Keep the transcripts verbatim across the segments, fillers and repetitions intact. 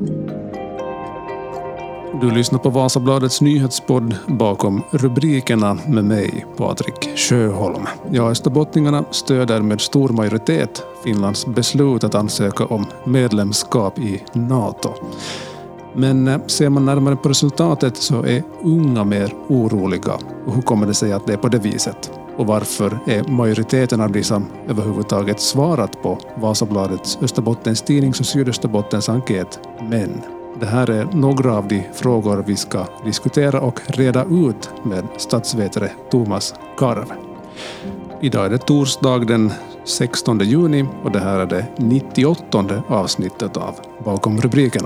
Du lyssnar på Vasabladets nyhetspodd Bakom rubrikerna med mig, Patrik Sjöholm. Ja, österbottningarna stöder med stor majoritet Finlands beslut att ansöka om medlemskap i NATO. Men ser man närmare på resultatet så är unga mer oroliga. Och hur kommer det sig att det är på det viset? Och varför är majoriteten av de som överhuvudtaget svarat på Vasabladets Österbottens tidnings och Sydösterbottens enkät män? Det här är några av de frågor vi ska diskutera och reda ut med statsvetare Thomas Karve. Idag är det torsdag den sextonde juni och det här är det nittioåttonde avsnittet av Bakom rubrikerna.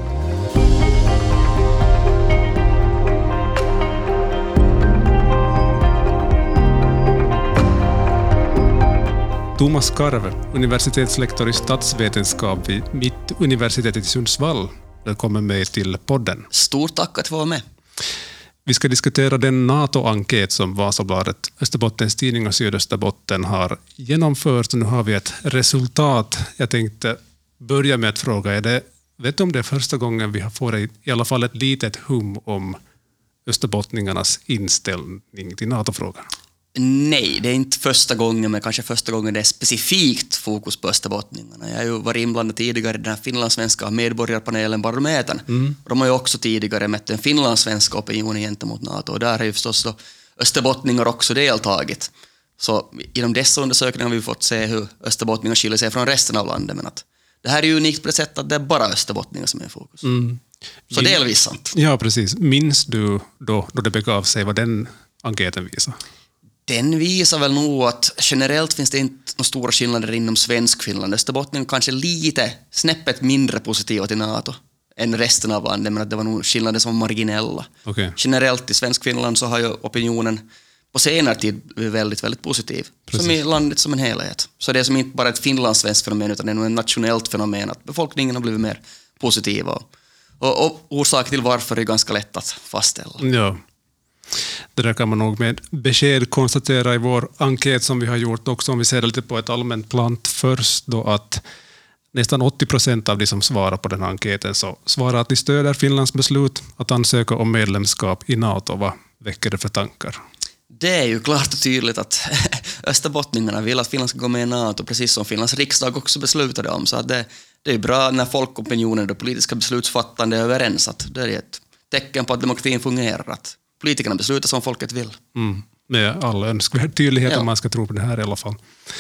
Thomas Karve, universitetslektor i statsvetenskap vid Mittuniversitetet i Sundsvall. Välkommen med till podden. Stort tack att få vara med. Vi ska diskutera den NATO-enkät som Vasabladet, Österbottens tidning och Sydösterbotten har genomfört. Nu har vi ett resultat. Jag tänkte börja med att fråga, är det, vet du om det är första gången vi får i alla fall ett litet hum om österbottningarnas inställning till NATO-frågan? Nej, det är inte första gången, men kanske första gången det är specifikt fokus på österbottningarna. Jag har ju varit inblandad tidigare i den här finlandssvenska medborgarpanelen Barometern. Mm. De har ju också tidigare mätt den finlandssvenska opinionen gentemot NATO, och där har ju förstås då österbottningar också deltagit. Så inom dessa undersökningar har vi fått se hur österbottningar skiljer sig från resten av landet, men att det här är ju unikt på det sättet att det är bara österbottningar som är i fokus. Mm. Så Min... delvis sant. Ja, precis. Minns du då, då det begav sig vad den enkäten visar? Den visar väl nog att generellt finns det inte några stora skillnader inom svensk Finland. Österbottningen kanske lite snäppet mindre positiva till NATO än resten av landet, men att det var nog skillnader som var marginella. Okay. Generellt i svensk Finland så har ju opinionen på senare tid blivit väldigt, väldigt positiv. Precis. Som i landet som en helhet. Så det är som inte bara ett finlandssvenskt fenomen, utan det är nog ett nationellt fenomen att befolkningen har blivit mer positiva. Och, och orsaken till varför är ganska lätt att fastställa. Ja. Det där kan man nog med besked konstatera i vår enkät som vi har gjort också, om vi ser det lite på ett allmänt plan först då, att nästan åttio procent av de som svarar på den här enkäten så svarar att de stöder Finlands beslut att ansöka om medlemskap i NATO. Vad väcker det för tankar? Det är ju klart och tydligt att österbottningarna vill att Finland ska gå med i NATO, precis som Finlands riksdag också beslutade om. Så att det, det är bra när folkopinionen och politiska beslutsfattande är överens, att det är ett tecken på att demokratin fungerar, att politikerna beslutar som folket vill. Mm. Med all önskvärd tydlighet, ja. Om man ska tro på det här i alla fall.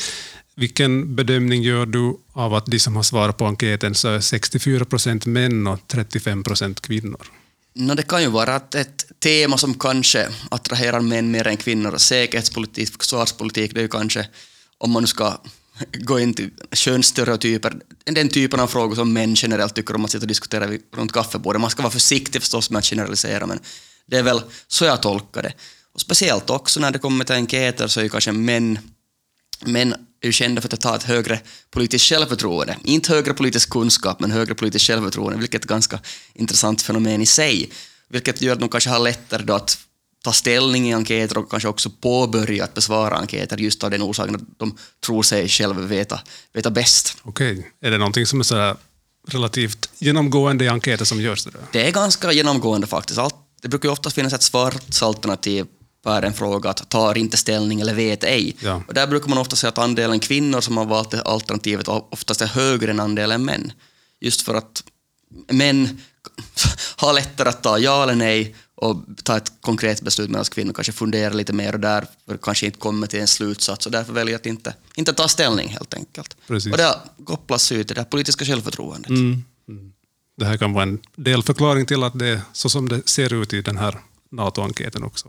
Vilken bedömning gör du av att de som har svarat på enkäten så är sextiofyra procent män och trettiofem procent kvinnor? No, det kan ju vara att ett tema som kanske attraherar män mer än kvinnor. Säkerhetspolitik, försvarspolitik, det är ju kanske, om man nu ska gå in till könsstereotyper, den typen av frågor som män generellt tycker om att sitta och diskutera runt kaffebordet. Man ska vara försiktig förstås med att generalisera, men det är väl så jag tolkar det. Och speciellt också när det kommer till enkäter så är ju kanske män, män är ju kända för att ta ett högre politiskt självförtroende. Inte högre politisk kunskap, men högre politiskt självförtroende, vilket är ett ganska intressant fenomen i sig. Vilket gör att de kanske har lättare då att ta ställning i enkäter och kanske också påbörja att besvara enkäter just av den orsaken att de tror sig själva veta, veta bäst. Okej, är det någonting som är så relativt genomgående i enkäter som görs det där? Det är ganska genomgående faktiskt. Allt Det brukar ju ofta finnas ett svarsalternativ per en fråga, att tar inte ställning eller vet ej. Ja. Och där brukar man ofta säga att andelen kvinnor som har valt det alternativet oftast är högre än andelen män. Just för att män har lättare att ta ja eller nej och ta ett konkret beslut, medan kvinnor kanske funderar lite mer och därför kanske inte kommer till en slutsats och därför väljer att inte, inte ta ställning helt enkelt. Precis. Och det kopplas ut till det politiska självförtroendet. Mm. Mm. Det här kan vara en delförklaring till att det är så som det ser ut i den här NATO-enkäten också.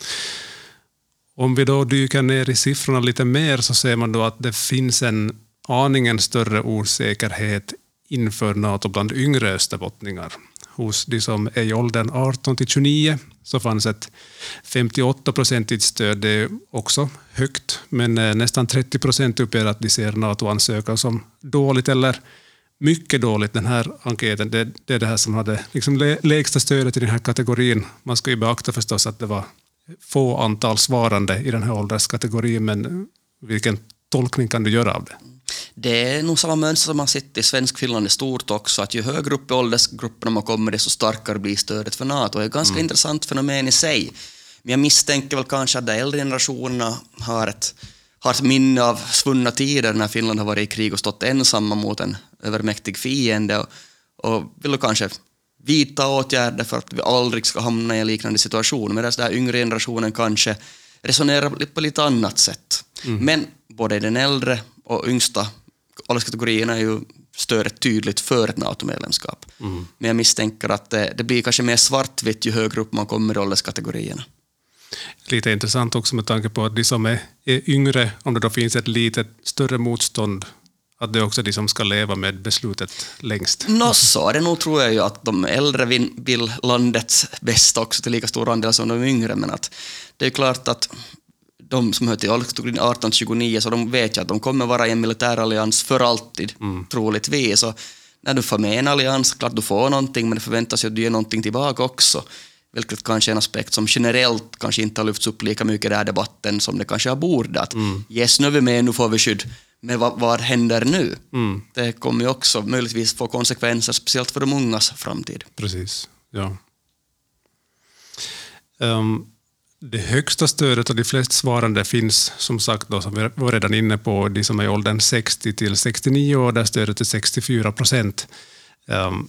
Om vi då dyker ner i siffrorna lite mer så ser man då att det finns en aningen större osäkerhet inför NATO bland yngre österbottningar. Hos de som är i åldern arton till tjugonio så fanns ett femtioåtta procentigt stöd, det är också högt, men nästan trettio procent uppger att de ser NATO-ansökan som dåligt eller mycket dåligt. Den här enkäten, det, det är det här som hade liksom lägsta stödet i den här kategorin. Man ska ju beakta förstås att det var få antal svarande i den här ålderskategorin, men vilken tolkning kan du göra av det? Det är nog samma mönster som man sett i svensk Finland i stort också, att ju högre upp i åldersgrupperna man kommer, desto starkare blir stödet för NATO. Det är ett ganska mm. intressant fenomen i sig. Men jag misstänker väl kanske att de äldre generationerna har ett, har ett minne av svunna tider när Finland har varit i krig och stått ensamma mot en övermäktig fiende och, och vill kanske vidta åtgärder för att vi aldrig ska hamna i en liknande situation. Medan den här yngre generationen kanske resonerar på lite annat sätt. Mm. Men både den äldre och yngsta ålderskategorierna är ju stödet tydligt för ett NATO-medlemskap. Mm. Men jag misstänker att det, det blir kanske mer svartvitt ju högre upp man kommer i ålderskategorierna. Lite intressant också med tanke på att de som är, är yngre, om det då finns ett lite större motstånd, att det är också de som ska leva med beslutet längst. Nå, så är det nog, tror jag ju, att de äldre vill, vill landets bästa också till lika stor andel som de yngre, men att det är klart att de som hör till ålderskategorin arton till tjugonio, så de vet ju att de kommer vara i en militärallians för alltid, mm. troligtvis. Och när du får med en allians, klart du får någonting, men det förväntas ju att du ger någonting tillbaka också. Vilket kanske är en aspekt som generellt kanske inte har lyfts upp lika mycket i den här debatten som det kanske har bordat. Mm. Yes, nu är vi med, nu får vi skydd. Men vad, vad händer nu? Mm. Det kommer ju också möjligtvis få konsekvenser, speciellt för de ungas framtid. Precis, ja. Um, det högsta stödet och de flest svarande finns, som sagt, då, som vi var redan inne på, de som är i åldern sextio till sextionio år, där stödet är sextiofyra procent. Um,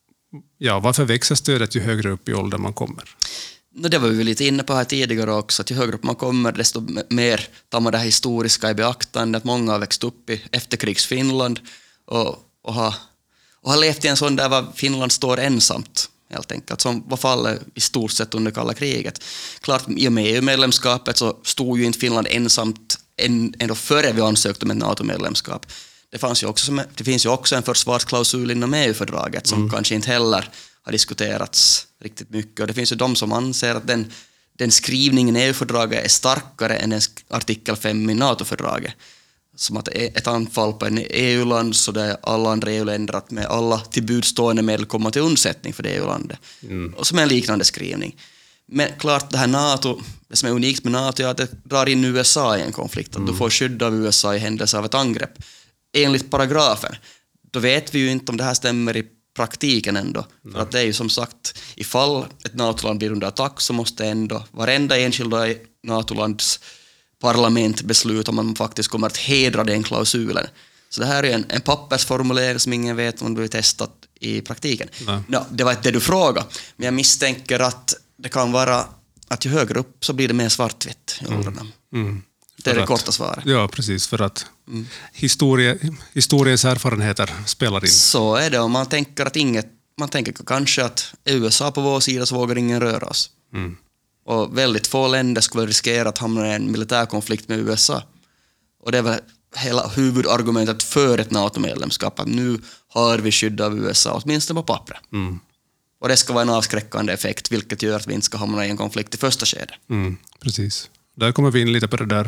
ja, varför växer stödet ju högre upp i åldern man kommer? Det var vi lite inne på här tidigare också, att ju högre upp man kommer, desto mer tar man det här historiska i beaktande, att många har växt upp i efterkrigsfinland och, och, har, och har levt i en sån där var Finland står ensamt, helt enkelt, som var fallet i stort sett under kalla kriget. Klart, i och med E U-medlemskapet så stod ju inte Finland ensamt ändå före vi ansökte om ett NATO-medlemskap. Det, fanns ju också, det finns ju också en försvarsklausul inom E U-fördraget som mm. kanske inte heller har diskuterats riktigt mycket. Och det finns ju de som anser att den, den skrivningen i E U-fördraget är starkare än en artikel fem i NATO-fördraget. Som att ett anfall på en E U-land så det är alla andra E U-länder att med alla tillbudstående medel komma till undsättning för det E U-landet. Mm. Och som är en liknande skrivning. Men klart, det här NATO, det som är unikt med NATO är att det drar in U S A i en konflikt. Att mm. du får skydd av U S A i händelse av ett angrepp. Enligt paragrafen. Då vet vi ju inte om det här stämmer i praktiken ändå. Nej. För att det är ju som sagt, ifall ett NATO-land blir under attack så måste ändå varenda enskilda NATO-lands parlament besluta om man faktiskt kommer att hedra den klausulen. Så det här är en, en pappersformulering som ingen vet om du har testat i praktiken. No, det var inte det du frågade, men jag misstänker att det kan vara att ju högre upp så blir det mer svartvitt i åldrarna. Mm. Mm. Det är det korta svaret. Ja, precis, för att mm. historie, historiens erfarenheter spelar in. Så är det, och man tänker att inget, man tänker kanske att U S A på vår sida så vågar ingen röra oss. Mm. Och väldigt få länder skulle riskera att hamna i en militärkonflikt med U S A. Och det är väl hela huvudargumentet för ett NATO-medlemskap, att nu har vi skydd av U S A, åtminstone på pappret. Mm. Och det ska vara en avskräckande effekt, vilket gör att vi inte ska hamna i en konflikt i första skedet. Mm, precis. Där kommer vi in lite på det där.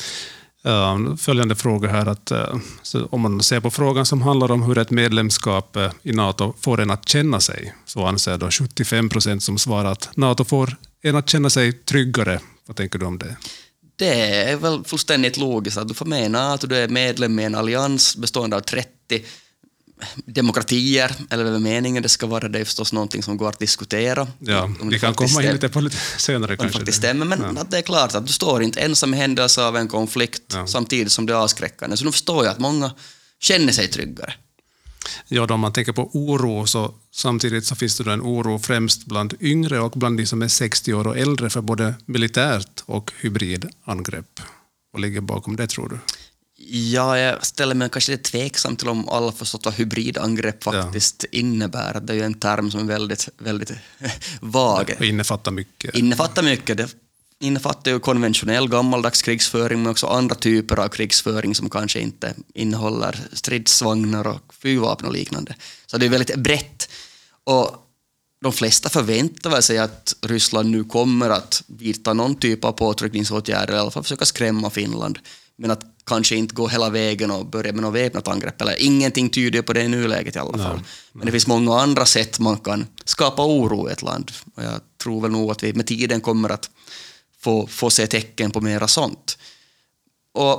Uh, följande fråga här, att uh, så om man ser på frågan som handlar om hur ett medlemskap uh, i NATO får en att känna sig, så anser då sjuttiofem procent som svarar att NATO får en att känna sig tryggare. Vad tänker du om det? Det är väl fullständigt logiskt att du får med NATO, du är medlem med en allians bestående av trettio demokratier, eller vad meningen det ska vara, det är förstås någonting som går att diskutera. Ja, vi kan komma in lite på lite senare kanske. Faktiskt stämmer, men ja. Att det är klart att du står inte ensam i händelse av en konflikt ja. Samtidigt som det är avskräckande. Så nu förstår jag att många känner sig tryggare. Ja, då om man tänker på oro, så samtidigt så finns det då en oro främst bland yngre och bland de som är sextio år och äldre för både militärt och hybridangrepp. Vad ligger bakom det, tror du? Ja, jag ställer mig kanske lite tveksam till om alla förstått vad hybridangrepp faktiskt ja. Innebär. Det är ju en term som är väldigt, väldigt vag. Det innefattar mycket. Innefattar mycket. Det innefattar ju konventionell gammaldags krigsföring, men också andra typer av krigsföring som kanske inte innehåller stridsvagnar och flygvapen och liknande. Så det är väldigt brett. Och de flesta förväntar sig att Ryssland nu kommer att vidta någon typ av påtryckningsåtgärder, eller i alla fall försöka skrämma Finland. Men att kanske inte gå hela vägen och börja med något väpnat angrepp. Eller ingenting tyder på det i nuläget i alla fall. Nej, men det nej. finns många andra sätt man kan skapa oro i ett land. Och jag tror väl nog att vi med tiden kommer att få, få se tecken på mera sånt. Och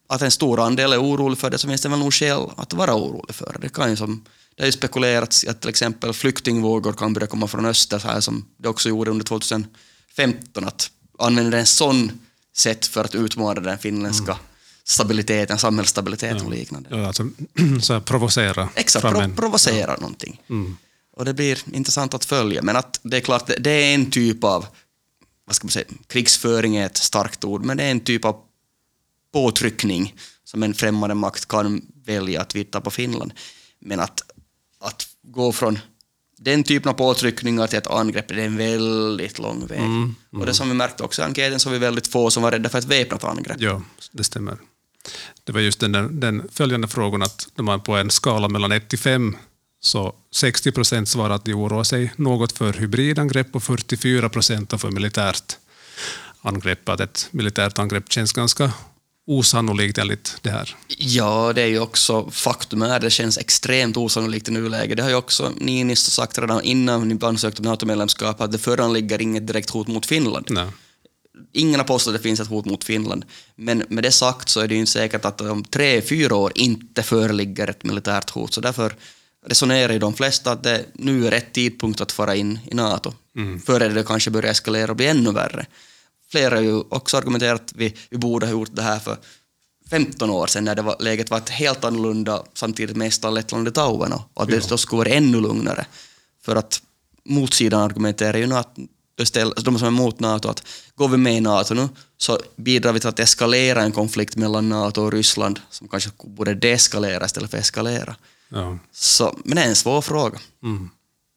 att en stor andel är orolig för det, så finns det väl nog skäl att vara orolig för det. Det kan ju som, det har ju spekulerats att till exempel flyktingvågor kan börja komma från öster, så här som det också gjorde under tjugohundrafemton, att använda en sån sätt för att utmana den finländska mm. stabiliteten, samhällsstabiliteten och liknande. Ja, alltså så här provocera. Exakt, fram pro- en, provocera ja. någonting. Mm. Och det blir intressant att följa. Men att det är klart, det är en typ av, vad ska man säga, krigsföring är ett starkt ord, men det är en typ av påtryckning som en främmande makt kan välja att vidta på Finland. Men att, att gå från den typen av påtryckningar till ett angrepp, det är en väldigt lång väg. Mm, mm. Och det som vi märkte också i enkäten, så var vi väldigt få som var rädda för ett väpnat angrepp. Ja, det stämmer. Det var just den, den följande frågan, att när man på en skala mellan ett till fem, så sextio procent svarar att de oroar sig något för hybridangrepp och fyrtiofyra procent för militärt angrepp. Att ett militärt angrepp känns ganska osannolikt enligt det här. Ja, det är ju också faktum är det känns extremt osannolikt i nuläget. Det har ju också Niinistö sagt redan innan ni ansökte om NATO-medlemskap, att det föranligger inget direkt hot mot Finland. Nej. Ingen har påstått att det finns ett hot mot Finland. Men med det sagt så är det ju inte säkert att om tre, fyra år inte föreligger ett militärt hot. Så därför resonerar ju de flesta att det nu är rätt tidpunkt att fara in i NATO. Mm. Före det kanske börjar eskalera och bli ännu värre. Flera har ju också argumenterat att vi, vi borde ha gjort det här för femton år sedan, när det var, läget var ett helt annorlunda, samtidigt med Estland, Lettland och Litauen, och att det då skulle vara ännu lugnare. För att motsidan argumenterar ju att de som är mot NATO, att går vi med i NATO nu så bidrar vi till att eskalera en konflikt mellan NATO och Ryssland som kanske borde deeskalera istället för eskalera. Ja. Så, men det är en svår fråga. Mm.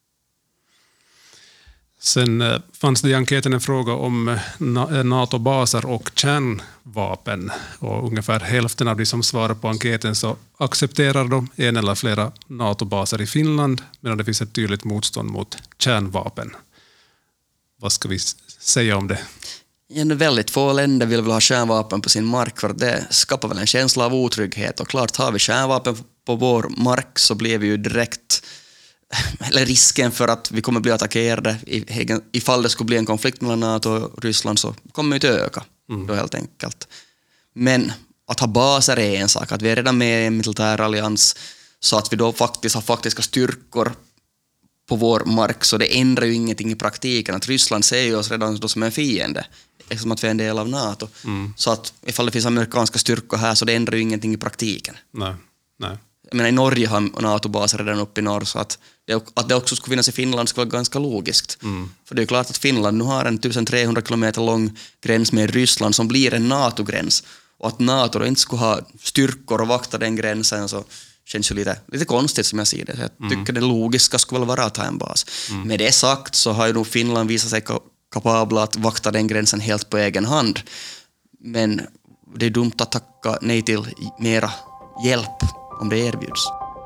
Sen eh, fanns det i enkäten en fråga om eh, NATO-baser och kärnvapen, och ungefär hälften av de som svarar på enkäten så accepterar de en eller flera NATO-baser i Finland, medan det finns ett tydligt motstånd mot kärnvapen. Vad ska vi säga om det? Ja, väldigt få länder vill väl ha kärnvapen på sin mark, för det skapar väl en känsla av otrygghet. Och klart, har vi kärnvapen på vår mark så blir vi ju direkt, eller risken för att vi kommer bli attackerade ifall det skulle bli en konflikt mellan NATO och Ryssland, så kommer det att öka. Mm. Då helt enkelt. Men att ha baser är en sak, att vi är redan med i en militär allians, så att vi då faktiskt har faktiska styrkor på vår mark, så det ändrar ju ingenting i praktiken. Att Ryssland ser ju oss redan då som en fiende, eftersom att vi är en del av NATO. Mm. Så att ifall det finns amerikanska styrkor här, så det ändrar ju ingenting i praktiken. Nej, nej. Jag menar, i Norge har NATO-baser redan uppe i norr, så att det, att det också skulle finnas i Finland skulle vara ganska logiskt. Mm. För det är klart att Finland nu har en tusentrehundra kilometer lång gräns med Ryssland som blir en NATO-gräns. Och att NATO då inte skulle ha styrkor och vakta den gränsen, så känns ju lite, lite konstigt som jag ser det. Jag tycker mm. det logiska skulle väl vara att ha en bas. Mm. Med det sagt så har ju nog Finland visat sig kapabla att vakta den gränsen helt på egen hand. Men det är dumt att tacka nej till mera hjälp om det erbjuds.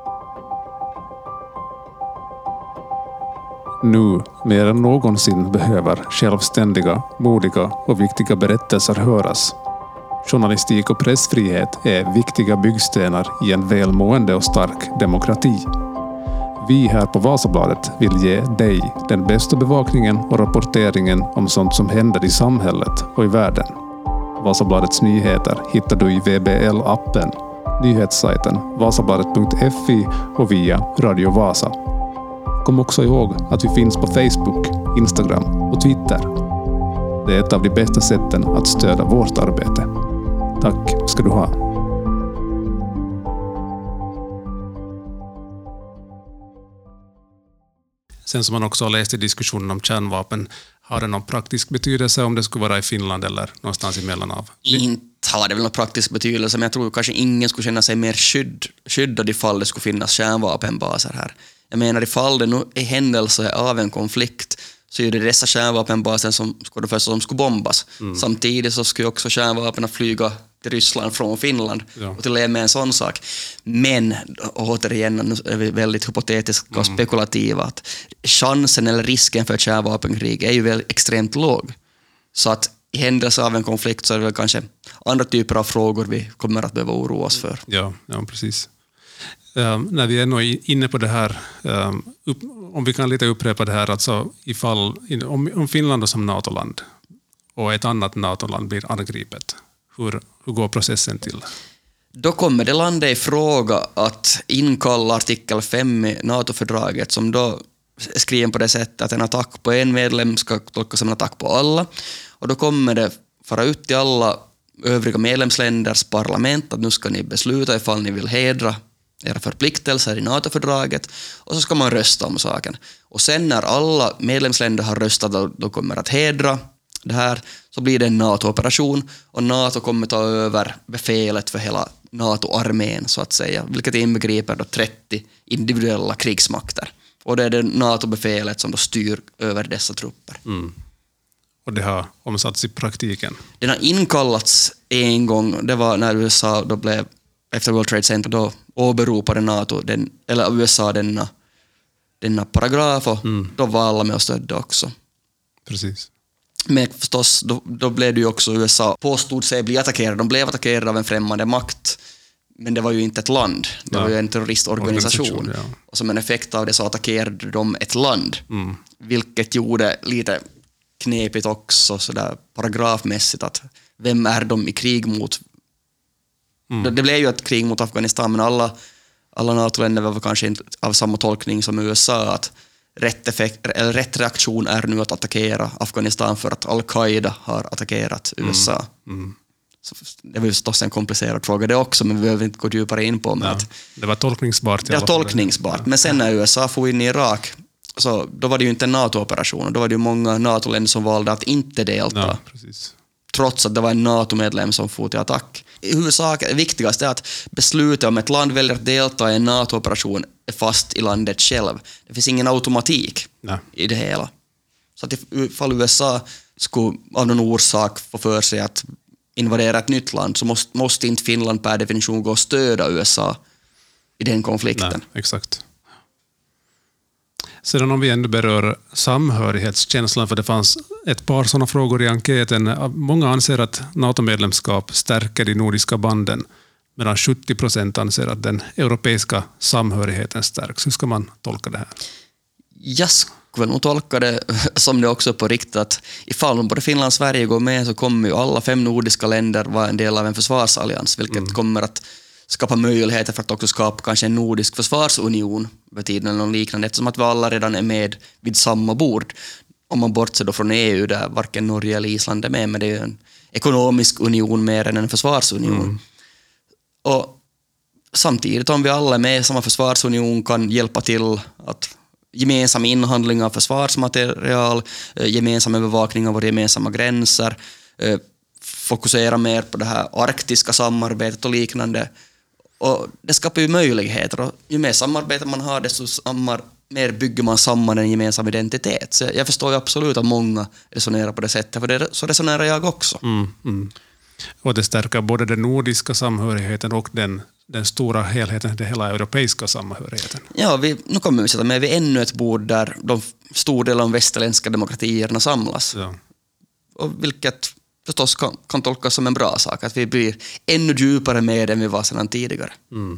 Nu, mer än någonsin, behöver självständiga, modiga och viktiga berättelser höras. Journalistik och pressfrihet är viktiga byggstenar i en välmående och stark demokrati. Vi här på Vasabladet vill ge dig den bästa bevakningen och rapporteringen om sånt som händer i samhället och i världen. Vasabladets nyheter hittar du i V B L-appen, nyhetssajten vasabladet punkt f i och via Radio Vasa. Kom också ihåg att vi finns på Facebook, Instagram och Twitter. Det är ett av de bästa sätten att stödja vårt arbete. Tack ska du ha. Sen som man också har läst i diskussionen om kärnvapen, har det någon praktisk betydelse om det skulle vara i Finland eller någonstans emellan av? Inte har det väl någon praktisk betydelse, men jag tror kanske ingen skulle känna sig mer skydd, skyddad ifall det skulle finnas kärnvapenbaser här. Jag menar, ifall det nu är händelse av en konflikt, så är det dessa kärnvapenbaser som skulle, först som skulle bombas. Mm. Samtidigt så skulle också kärnvapen flyga till Ryssland från Finland, ja. Och till och med en sån sak. Men återigen, nu är vi väldigt hypotetiska och mm. spekulativa, att chansen eller risken för ett kärnvapenkrig är ju väl extremt låg. Så att i händelse av en konflikt så är det väl kanske andra typer av frågor vi kommer att behöva oroa oss för. Ja, ja precis. Um, när vi är nog inne på det här, um, upp, om vi kan lite upprepa det här, alltså ifall, om, om Finland är som NATO-land och ett annat NATO-land blir angripet, hur, hur går processen till? Då kommer det landet i fråga att inkalla artikel fem i NATO-fördraget som då är skriven på det sättet att en attack på en medlem ska tolkas som en attack på alla. Och då kommer det fara ut till alla övriga medlemsländers parlament att nu ska ni besluta ifall ni vill hedra era förpliktelser i NATO-fördraget och så ska man rösta om saken. Och sen när alla medlemsländer har röstat och då kommer att hedra det här så blir det en NATO-operation och NATO kommer ta över befälet för hela NATO-armén så att säga, vilket inbegriper då trettio individuella krigsmakter. Och det är det NATO-befälet som då styr över dessa trupper. Mm. Och det har omsatts i praktiken? Den har inkallats en gång, det var när U S A då blev, efter World Trade Center, då åberopade NATO, den, eller U S A denna, denna paragraf och mm. då var alla med och stödde också. Precis. Men förstås, då, då blev det ju också U S A påstod sig bli attackerade. De blev attackerade av en främmande makt. Men det var ju inte ett land. Det ja. var ju en terroristorganisation. Ja. Och som en effekt av det så attackerade de ett land. Mm. Vilket gjorde lite knepigt också sådär paragrafmässigt att vem är de i krig mot? Mm. Det, det blev ju ett krig mot Afghanistan men alla, alla NATO-länder var kanske inte av samma tolkning som U S A att rätt, effekt, eller rätt reaktion är nu att attackera Afghanistan för att Al-Qaida har attackerat U S A. Mm. Mm. Så det var ju förstås en komplicerad fråga det också, men vi behöver inte gå djupare in på. Ja, att det var tolkningsbart. Det var tolkningsbart, ja. Men sen när U S A får in i Irak så då var det ju inte en NATO-operation. Då var det ju många NATO-länder som valde att inte delta. Ja, precis. Trots att det var en NATO-medlem som får till attack. I huvudsak det viktigaste är att beslutet om ett land väljer att delta i en NATO-operation är fast i landet själv. Det finns ingen automatik Nej. i det hela. Så att ifall U S A skulle av någon orsak få för sig att invadera ett nytt land så måste, måste inte Finland per definition gå och stödja U S A i den konflikten. Nej, exakt. Sedan om vi ändå berör samhörighetskänslan, för det fanns ett par sådana frågor i enkäten. Många anser att NATO-medlemskap stärker de nordiska banden, medan sjuttio procent anser att den europeiska samhörigheten stärks. Hur ska man tolka det här? Jag skulle nog tolka det som det också på riktigt att ifall både Finland och Sverige går med så kommer ju alla fem nordiska länder vara en del av en försvarsallians, vilket mm. kommer att skapa möjligheter för att också skapa kanske en nordisk försvarsunion över tiden eller något liknande, eftersom att vi alla redan är med vid samma bord. Om man bortser då från E U där varken Norge eller Island är med, men det är en ekonomisk union mer än en försvarsunion. Mm. Och samtidigt om vi alla är med i samma försvarsunion kan hjälpa till att gemensam inhandling av försvarsmaterial, gemensam övervakning av våra gemensamma gränser, fokusera mer på det här arktiska samarbetet och liknande. Och det skapar ju möjligheter och ju mer samarbete man har desto samar, mer bygger man samman en gemensam identitet. Så jag förstår ju absolut att många resonerar på det sättet, för det, så resonerar jag också. Mm, mm. Och det stärker både den nordiska samhörigheten och den, den stora helheten, den hela europeiska samhörigheten. Ja, vi, nu kommer vi sätta med vid ännu ett bord där de stor del av de västerländska demokratierna samlas. Ja. Och vilket förstås kan, kan tolkas som en bra sak, att vi blir ännu djupare med än vi var sedan tidigare. Mm.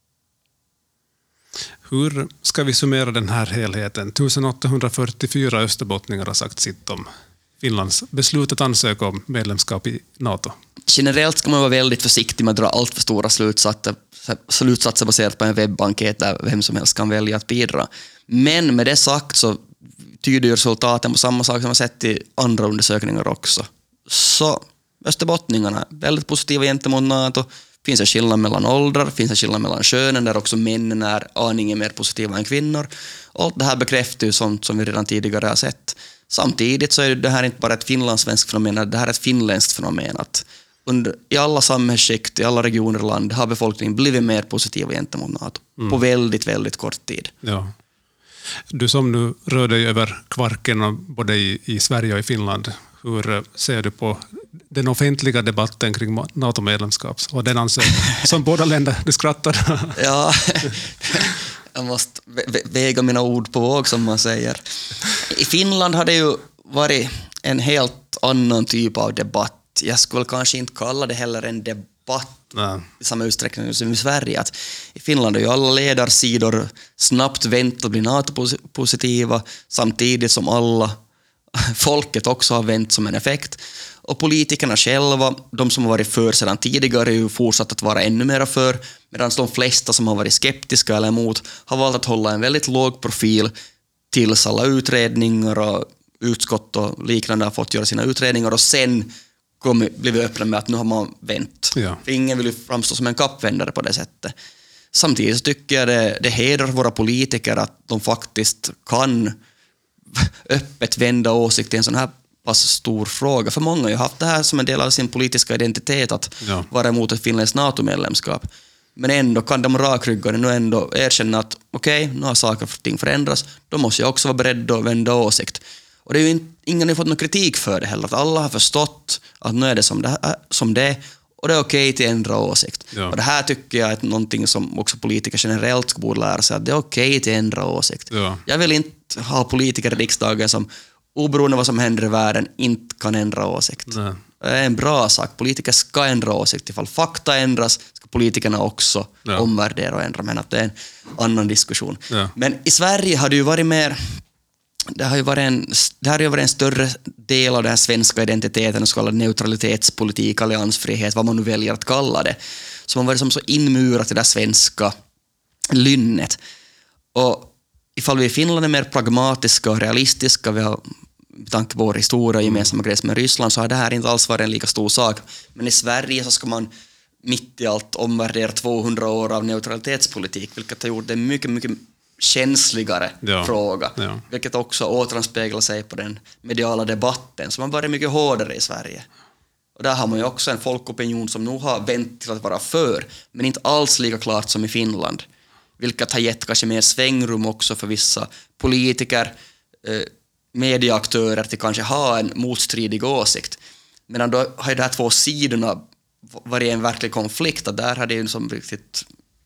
Hur ska vi summera den här helheten? tusenåttahundrafyrtiofyra österbottningar har sagt sitt om Finlands beslut att ansöka om medlemskap i NATO. Generellt ska man vara väldigt försiktig med att dra allt för stora slutsatser, slutsatser baserat på en webbankät där vem som helst kan välja att bidra. Men med det sagt så tyder resultaten på samma sak som man sett i andra undersökningar också. Så österbottningarna är väldigt positiva gentemot NATO. Finns det skillnad mellan åldrar, finns det skillnad mellan könen där också männen är aningen mer positiva än kvinnor. Allt det här bekräftar ju sånt som vi redan tidigare har sett. Samtidigt så är det här inte bara ett finlandssvenskt fenomen, det här är ett finländskt fenomen. Att under, i alla samhällsskikt, i alla regioner i landet har befolkningen blivit mer positiva gentemot NATO mm. på väldigt, väldigt kort tid. Ja. Du som nu rör dig över kvarken både i, i Sverige och i Finland, hur ser du på den offentliga debatten kring NATO-medlemskap och den ansökan som båda länder, du skrattar? Ja, jag måste väga mina ord på våg som man säger. I Finland har det ju varit en helt annan typ av debatt. Jag skulle kanske inte kalla det heller en debatt Nej. i samma utsträckning som i Sverige. Att i Finland är ju alla ledarsidor snabbt vänt att bli NATO-positiva samtidigt som alla folket också har vänt som en effekt. Och politikerna själva, de som har varit för sedan tidigare, har ju fortsatt att vara ännu mer för, medan de flesta som har varit skeptiska eller emot har valt att hålla en väldigt låg profil tills alla utredningar och utskott och liknande har fått göra sina utredningar och sen kom, blev vi öppna med att nu har man vänt. Ja. För ingen vill ju framstå som en kappvändare på det sättet. Samtidigt så tycker jag det, det hedrar våra politiker att de faktiskt kan öppet vända åsikt i en sån här pass stor fråga. För många har ju haft det här som en del av sin politiska identitet att ja. vara emot ett finländskt NATO-medlemskap. Men ändå kan de rakryggade nu ändå erkänna att okej, okay, nu har saker och ting förändras. Då måste jag också vara beredd att vända åsikt. Och det är ju in, ingen har fått någon kritik för det heller. Att alla har förstått att nu är det som det, är, som det är. Och det är okej okay till att ändra åsikt. Ja. Och det här tycker jag är någonting som också politiker generellt borde lära sig. Att det är okej okay till att ändra åsikt. Ja. Jag vill inte ha politiker i riksdagen som oberoende vad som händer i världen inte kan ändra åsikt. Nej. Det är en bra sak. Politiker ska ändra åsikt. Ifall fakta ändras ska politikerna också ja. omvärdera och ändra. Men att det är en annan diskussion. Ja. Men i Sverige har det ju varit mer... Det har ju varit en, det har ju varit en större del av den här svenska identiteten, så kallad neutralitetspolitik, alliansfrihet, vad man nu väljer att kalla det. Så man var som så inmurat i det svenska lynnet. Och ifall vi i Finland är mer pragmatiska och realistiska, vi har med tanke på vår historia och gemensamma gräns med Ryssland, så har det här inte alls varit en lika stor sak. Men i Sverige så ska man mitt i allt omvärdera tvåhundra år av neutralitetspolitik, vilket har gjort det mycket, mycket känsligare ja. fråga, ja. vilket också återanspeglar sig på den mediala debatten som har varit mycket hårdare i Sverige. Och där har man ju också en folkopinion som nog har vänt till att vara för, men inte alls lika klart som i Finland, vilket har gett kanske mer svängrum också för vissa politiker, eh, medieaktörer till kanske ha en motstridig åsikt. Medan då har ju de här två sidorna varit en verklig konflikt, och där har det ju som riktigt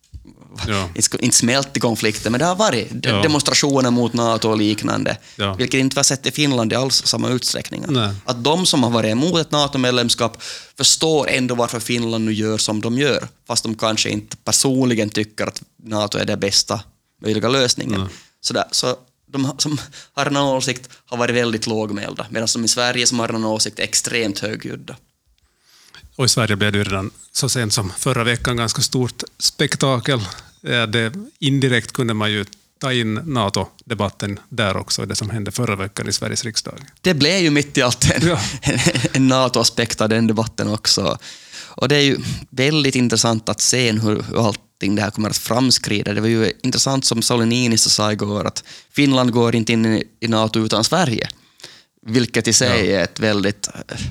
ja. inte smält i konflikten, men det har varit ja. demonstrationer mot NATO och liknande, ja. vilket inte var sett i Finland i alls samma utsträckning. Nej. Att de som har varit emot ett NATO-medlemskap förstår ändå varför Finland nu gör som de gör, fast de kanske inte personligen tycker att NATO är den bästa möjliga lösningen. Nej. Så, där, så de som har en åsikt har varit väldigt lågmälda, medan de i Sverige som har en åsikt är extremt högljudda. Och i Sverige blev det redan så sent som förra veckan ganska stort spektakel. Det, indirekt kunde man ju ta in NATO-debatten där också, det som hände förra veckan i Sveriges riksdag. Det blev ju mitt i allt en, ja. en NATO-aspekt av den debatten också. Och det är ju väldigt intressant att se hur, hur allting det här kommer att framskrida. Det var ju intressant som Sauli Niinistö sa igår att Finland går inte in i NATO utan Sverige. Vilket i sig ja. är ett väldigt...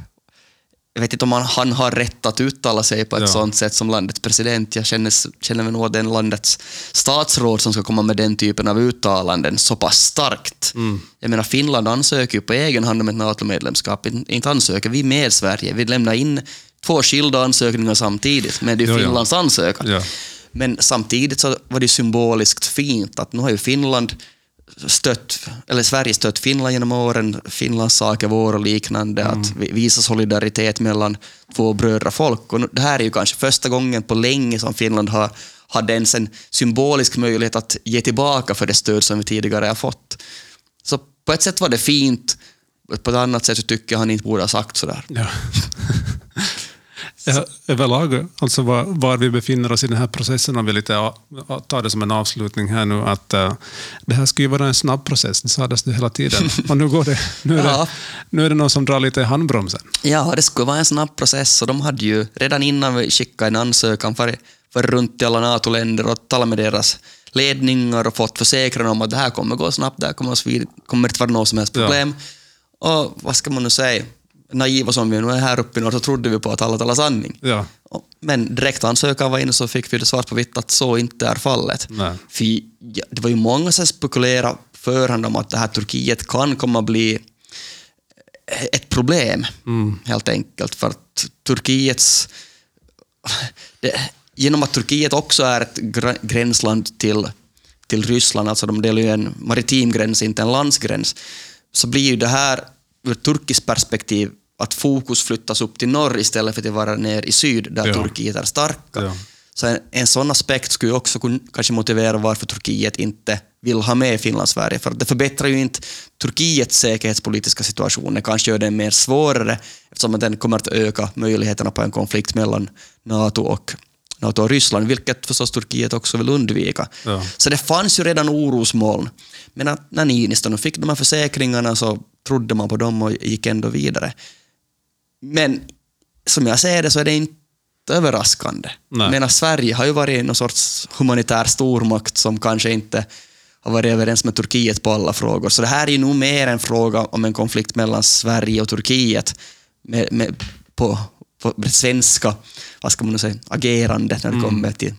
Jag vet inte om han, han har rätt att uttala sig på ett ja. sånt sätt som landets president. Jag känner, känner mig nog den landets statsråd som ska komma med den typen av uttalanden så pass starkt. Mm. Jag menar, Finland ansöker ju på egen hand om ett NATO-medlemskap. Inte ansöker vi med Sverige. Vi lämnar in två skilda ansökningar samtidigt med det Finlands ja, ja. ansökan. Ja. Men samtidigt så var det symboliskt fint att nu har ju Finland stött, eller Sverige stött Finland genom åren, Finlands sak är vår och liknande, mm. att visa solidaritet mellan två brödra folk. Och det här är ju kanske första gången på länge som Finland har hade ens en symbolisk möjlighet att ge tillbaka för det stöd som vi tidigare har fått. Så på ett sätt var det fint, på ett annat sätt så tycker jag han inte borde ha sagt sådär. Ja. Ja, överlag, alltså var, var vi befinner oss i den här processen, om vi lite tar det som en avslutning här nu, att uh, det här ska ju vara en snabb process, det sades det hela tiden. Och nu går det, nu är, ja. det, nu är det någon som drar lite i handbromsen. Ja, det skulle vara en snabb process, och de hade ju redan innan vi skickade en ansökan för, för runt i alla NATO-länder och talat med deras ledningar och fått försäkran om att det här kommer gå snabbt, det här kommer, oss vid, kommer inte vara något som helst problem. Ja. Och vad ska man nu säga? Naiva som vi nu är här uppe i norr så trodde vi på att alla talar sanning. Ja. Men direkt ansökan var inne så fick vi det svart på vitt att så inte är fallet. Nej. För ja, det var ju många som spekulerade förhand om att det här Turkiet kan komma att bli ett problem. Mm. Helt enkelt. För att Turkiets... Det, genom att Turkiet också är ett gr- gränsland till, till Ryssland, alltså de delar ju en maritim gräns, inte en landsgräns, så blir ju det här ur ett turkiskt perspektiv att fokus flyttas upp till norr istället för att vara ner i syd där ja. Turkiet är starka. Ja. Så en, en sån aspekt skulle också kun, kanske motivera varför Turkiet inte vill ha med Finland och Sverige. För det förbättrar ju inte Turkiets säkerhetspolitiska situation. Det kanske gör den mer svårare eftersom den kommer att öka möjligheterna på en konflikt mellan NATO och, NATO och Ryssland, vilket förstås Turkiet också vill undvika. Ja. Så det fanns ju redan orosmoln. Men att när Niinistö fick de här försäkringarna så trodde man på dem och gick ändå vidare. Men som jag ser det så är det inte överraskande. Nej. Men Sverige har ju varit någon sorts humanitär stormakt som kanske inte har varit överens med Turkiet på alla frågor. Så det här är ju nog mer en fråga om en konflikt mellan Sverige och Turkiet med, med, på, på svenska, vad ska man säga, agerande när det mm. kommer till,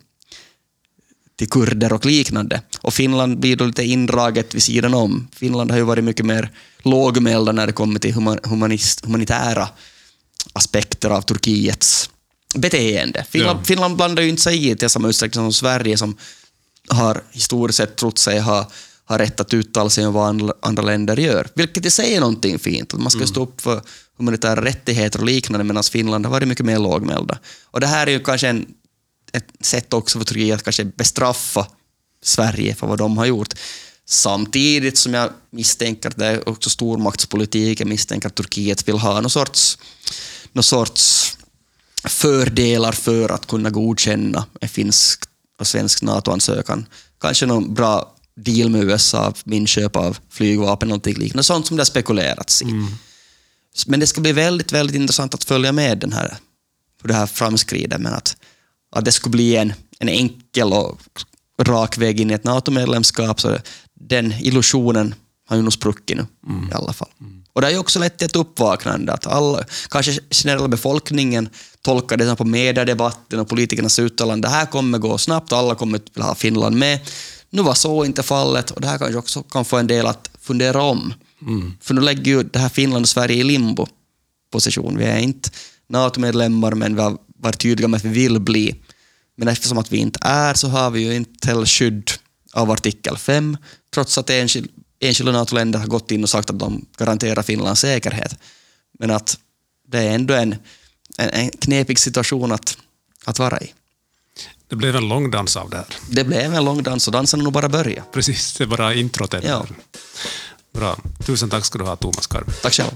till kurder och liknande. Och Finland blir då lite indraget vid sidan om. Finland har ju varit mycket mer lågmälda när det kommer till humanist, humanitära aspekter av Turkiets beteende. Finland, ja. Finland blandar ju inte sig i till samma utsträckning som Sverige som har historiskt sett trott sig ha, ha rätt att uttala sig om vad andra, andra länder gör. Vilket i sig är någonting fint. Att man ska mm. stå upp för humanitära rättigheter och liknande medan Finland har varit mycket mer lågmälda. Och det här är ju kanske en, ett sätt också för Turkiet att kanske bestraffa Sverige för vad de har gjort. Samtidigt som jag misstänker att det är också stormaktspolitik. Jag misstänker att Turkiet vill ha någon sorts, någon sorts fördelar för att kunna godkänna en finsk och svensk NATO-ansökan. Kanske någon bra deal med U S A, inköp av flygvapen och något liknande. Sånt som det har spekulerats i. Mm. Men det ska bli väldigt, väldigt intressant att följa med den här, för det här framskridet. Men att, att det skulle bli en, en enkel och rak väg in i ett NATO-medlemskap, så den illusionen har ju nog spruckit nu mm. i alla fall. Mm. Och det har ju också lett till ett uppvaknande att alla, kanske generella befolkningen tolkar det på mediedebatten och politikernas uttalande. Det här kommer gå snabbt och alla kommer att ha Finland med. Nu var så inte fallet och det här kanske också kan få en del att fundera om. Mm. För nu lägger ju det här Finland och Sverige i limbo-position. Vi är inte NATO-medlemmar men vi har varit tydliga med att vi vill bli. Men eftersom att vi inte är så har vi ju inte heller skydd av artikel fem trots att enskild Enskilda NATO-länder har gått in och sagt att de garanterar Finlands säkerhet. Men att det är ändå en, en, en knepig situation att, att vara i. Det blev en lång dans av det här. Det blev en lång dans och dansen har nog bara börjat. Precis, det är bara introt. Ja. Bra. Tusen tack ska du ha, Thomas Karvi. Tack själv.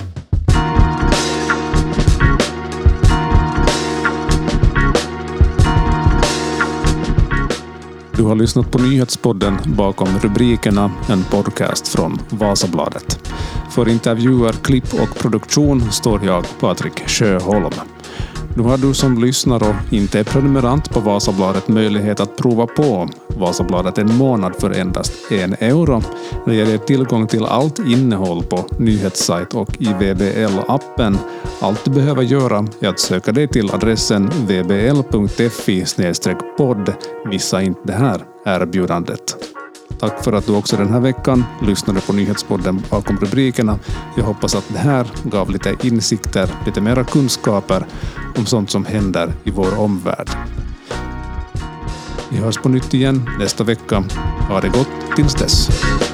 Du har lyssnat på nyhetspodden Bakom rubrikerna, en podcast från Vasabladet. För intervjuer, klipp och produktion står jag, Patrik Sjöholm. Nu har du som lyssnar och inte är prenumerant på Vasabladet möjlighet att prova på Vasabladet en månad för endast en euro. Det ger dig tillgång till allt innehåll på nyhetssajt och i V B L-appen. Allt du behöver göra är att söka dig till adressen v b l punkt f i snedstreck podd. Missa inte det här erbjudandet. Tack för att du också den här veckan lyssnade på nyhetspodden Bakom rubrikerna. Jag hoppas att det här gav lite insikter, lite mera kunskaper om sånt som händer i vår omvärld. Vi hörs på nytt igen nästa vecka. Ha det gott tills dess.